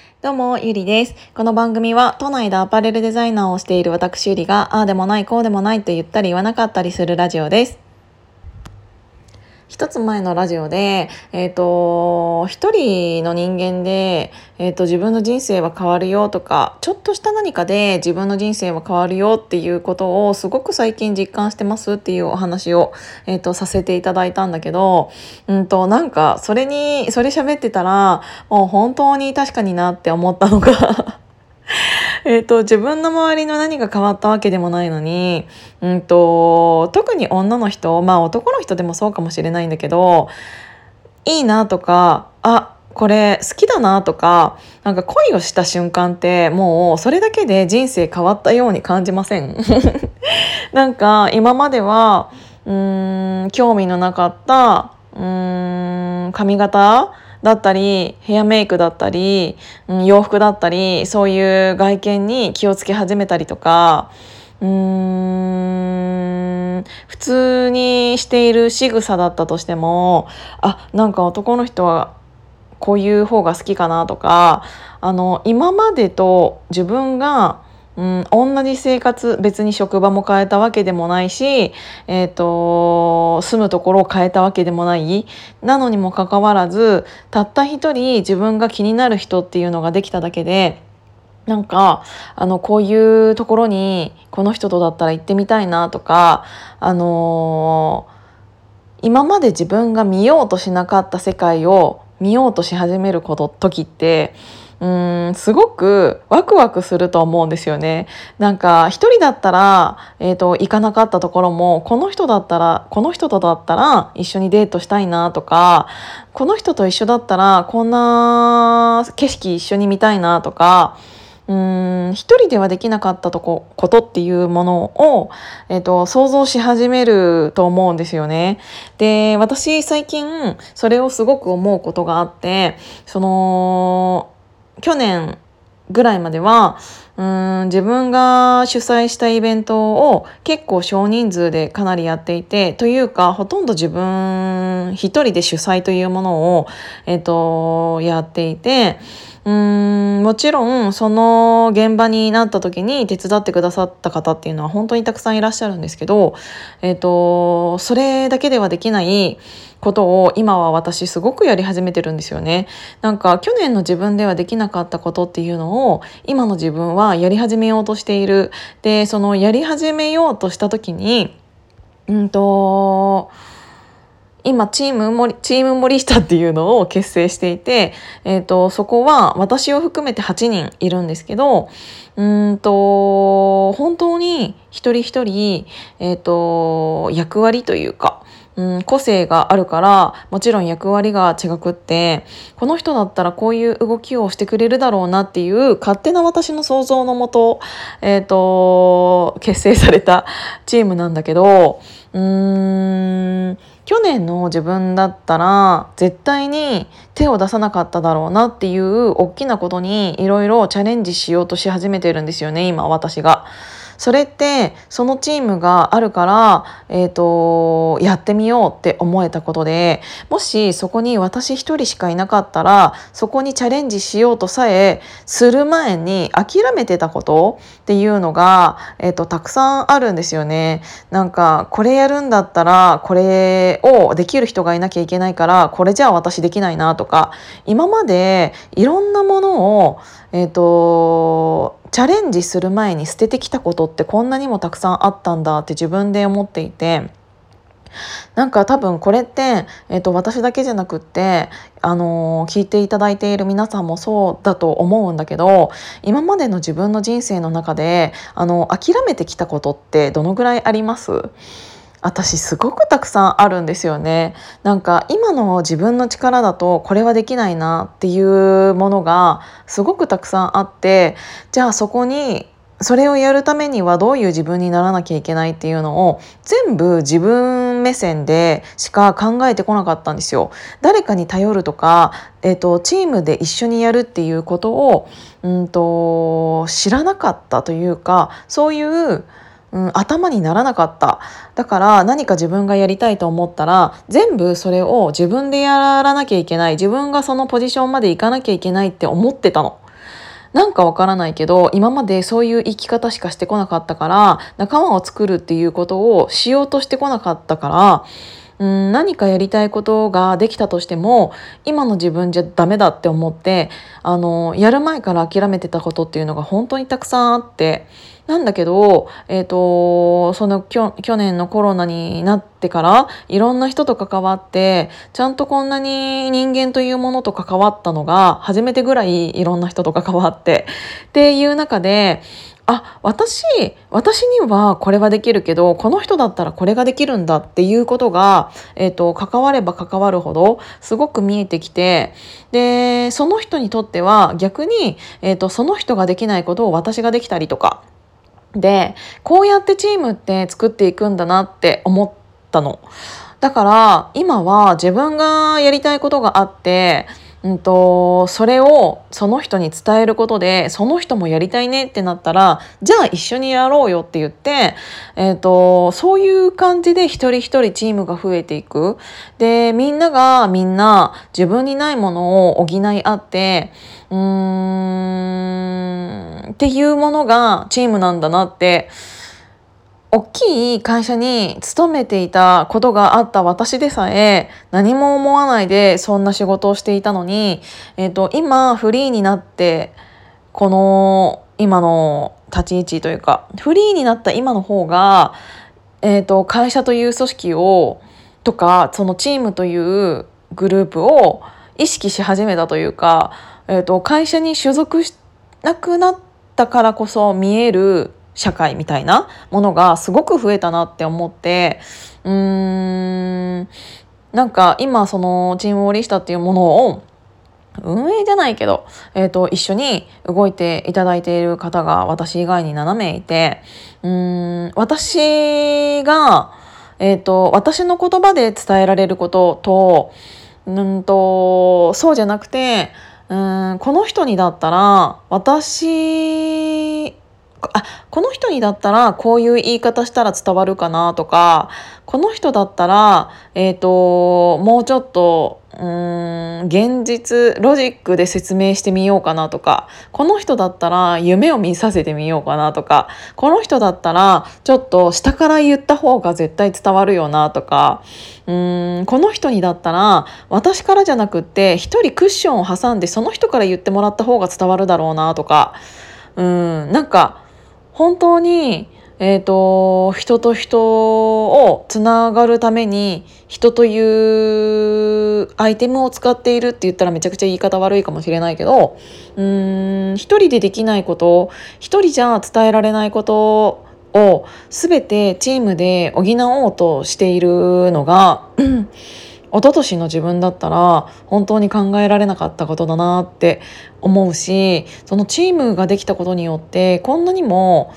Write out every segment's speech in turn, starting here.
どうも、ゆりです。この番組は都内でアパレルデザイナーをしている私ゆりが、ああでもない、こうでもないと言ったり言わなかったりするラジオです。一つ前のラジオで、一人の人間で、自分の人生は変わるよとか、ちょっとした何かで自分の人生は変わるよっていうことをすごく最近実感してますっていうお話を、させていただいたんだけど、なんかそれ喋ってたら、もう本当に確かになって思ったのが自分の周りの何が変わったわけでもないのに、特に女の人、まあ男の人でもそうかもしれないんだけど、いいなとか、これ好きだなとか、なんか恋をした瞬間ってもうそれだけで人生変わったように感じません？なんか今までは興味のなかった髪型だったりヘアメイクだったり、洋服だったり、そういう外見に気をつけ始めたりとか、普通にしている仕草だったとしても、なんか男の人はこういう方が好きかなとか、今までと自分が同じ生活、別に職場も変えたわけでもないし、住むところを変えたわけでもないなのにもかかわらず、たった一人自分が気になる人っていうのができただけで、なんかこういうところにこの人とだったら行ってみたいなとか、今まで自分が見ようとしなかった世界を見ようとし始める時ってすごくワクワクすると思うんですよね。なんか一人だったら、行かなかったところも、この人とだったら一緒にデートしたいなとか、この人と一緒だったらこんな景色一緒に見たいなとか、一人ではできなかったことっていうものを、想像し始めると思うんですよね。で、私最近それをすごく思うことがあって、去年ぐらいまでは自分が主催したイベントを結構少人数でかなりやっていて、というかほとんど自分一人で主催というものを、やっていて、もちろんその現場になった時に手伝ってくださった方っていうのは本当にたくさんいらっしゃるんですけど、それだけではできないことを今は私すごくやり始めてるんですよね。なんか去年の自分ではできなかったことっていうのを今の自分はやり始めようとしている。で、そのやり始めようとした時に今チーム森下っていうのを結成していて、そこは私を含めて8人いるんですけど、本当に一人一人、役割というか、個性があるから、もちろん役割が違くって、この人だったらこういう動きをしてくれるだろうなっていう勝手な私の想像のもと、結成されたチームなんだけど、去年の自分だったら絶対に手を出さなかっただろうなっていう大きなことにいろいろチャレンジしようとし始めてるんですよね、今私が。それってそのチームがあるから、やってみようって思えたことで、もしそこに私一人しかいなかったらそこにチャレンジしようとさえする前に諦めてたことっていうのが、たくさんあるんですよね。なんかこれやるんだったらこれをできる人がいなきゃいけないから、これじゃあ私できないなとか、今までいろんなものをチャレンジする前に捨ててきたことってこんなにもたくさんあったんだって自分で思っていて、なんか多分これって、私だけじゃなくって、聞いていただいている皆さんもそうだと思うんだけど、今までの自分の人生の中で諦めてきたことってどのぐらいあります？私すごくたくさんあるんですよね。なんか今の自分の力だとこれはできないなっていうものがすごくたくさんあって、じゃあそれをやるためにはどういう自分にならなきゃいけないっていうのを全部自分目線でしか考えてこなかったんですよ。誰かに頼るとか、チームで一緒にやるっていうことを知らなかったというか、そういう頭にならなかった。だから何か自分がやりたいと思ったら全部それを自分でやらなきゃいけない、自分がそのポジションまで行かなきゃいけないって思ってたの。 なんかわからないけど今までそういう生き方しかしてこなかったから、仲間を作るっていうことをしようとしてこなかったから、何かやりたいことができたとしても今の自分じゃダメだって思って、やる前から諦めてたことっていうのが本当にたくさんあって、なんだけど、その去年のコロナになってからいろんな人と関わって、ちゃんとこんなに人間というものと関わったのが初めてぐらい、いろんな人と関わってっていう中で、私にはこれはできるけどこの人だったらこれができるんだっていうことが、関われば関わるほどすごく見えてきて、でその人にとっては逆に、その人ができないことを私ができたりとかで、こうやってチームって作っていくんだなって思ったの。だから今は自分がやりたいことがあって、それをその人に伝えることでその人もやりたいねってなったら、じゃあ一緒にやろうよって言って、そういう感じで一人一人チームが増えていく。でみんながみんな自分にないものを補い合ってっていうものがチームなんだなって。大きい会社に勤めていたことがあった私でさえ何も思わないでそんな仕事をしていたのに、今フリーになってこの今の立ち位置というかフリーになった今の方が、会社という組織をとかそのチームというグループを意識し始めたというか、会社に所属しなくなったからこそ見える社会みたいなものがすごく増えたなって思って、なんか今そのチームモリスタっていうものを運営じゃないけど、一緒に動いていただいている方が私以外に7名いて、私が、私の言葉で伝えられることと、そうじゃなくて、この人にだったらこの人にだったらこういう言い方したら伝わるかなとか、この人だったら、もうちょっと現実ロジックで説明してみようかなとか、この人だったら夢を見させてみようかなとか、この人だったらちょっと下から言った方が絶対伝わるよなとか、この人にだったら私からじゃなくって一人クッションを挟んでその人から言ってもらった方が伝わるだろうなとか、なんか本当に、人と人をつながるために人というアイテムを使っているって言ったらめちゃくちゃ言い方悪いかもしれないけど、一人でできないこと、一人じゃ伝えられないことを全てチームで補おうとしているのが一昨年の自分だったら本当に考えられなかったことだなって思うし、そのチームができたことによってこんなにも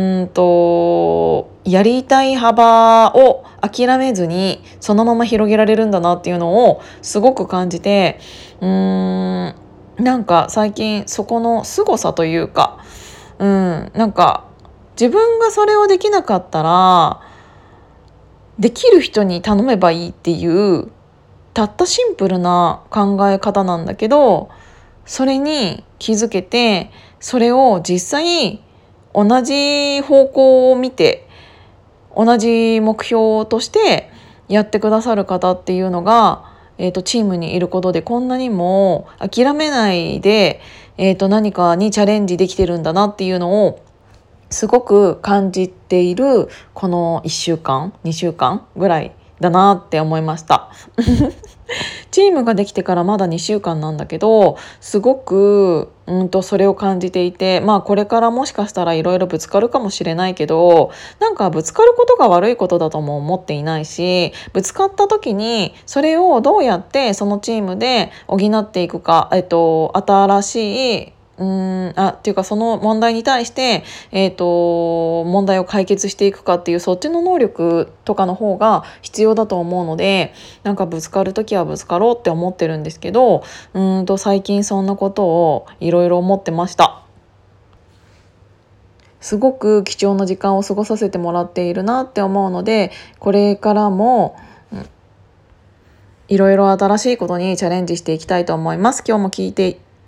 やりたい幅を諦めずにそのまま広げられるんだなっていうのをすごく感じて、なんか最近そこの凄さというか、なんか自分がそれをできなかったらできる人に頼めばいいっていうたったシンプルな考え方なんだけど、それに気づけてそれを実際同じ方向を見て同じ目標としてやってくださる方っていうのが、チームにいることでこんなにも諦めないで、何かにチャレンジできてるんだなっていうのをすごく感じているこの1週間2週間ぐらいだなって思いましたチームができてからまだ2週間なんだけど、すごくそれを感じていて、これからもしかしたらいろいろぶつかるかもしれないけど、なんかぶつかることが悪いことだとも思っていないし、ぶつかった時にそれをどうやってそのチームで補っていくか、新しいっていうかその問題に対して、問題を解決していくかっていうそっちの能力とかの方が必要だと思うので、なんかぶつかる時はぶつかろうって思ってるんですけど、最近そんなことをいろいろ思ってました。すごく貴重な時間を過ごさせてもらっているなって思うので、これからもいろいろ新しいことにチャレンジしていきたいと思います。今日も聞いて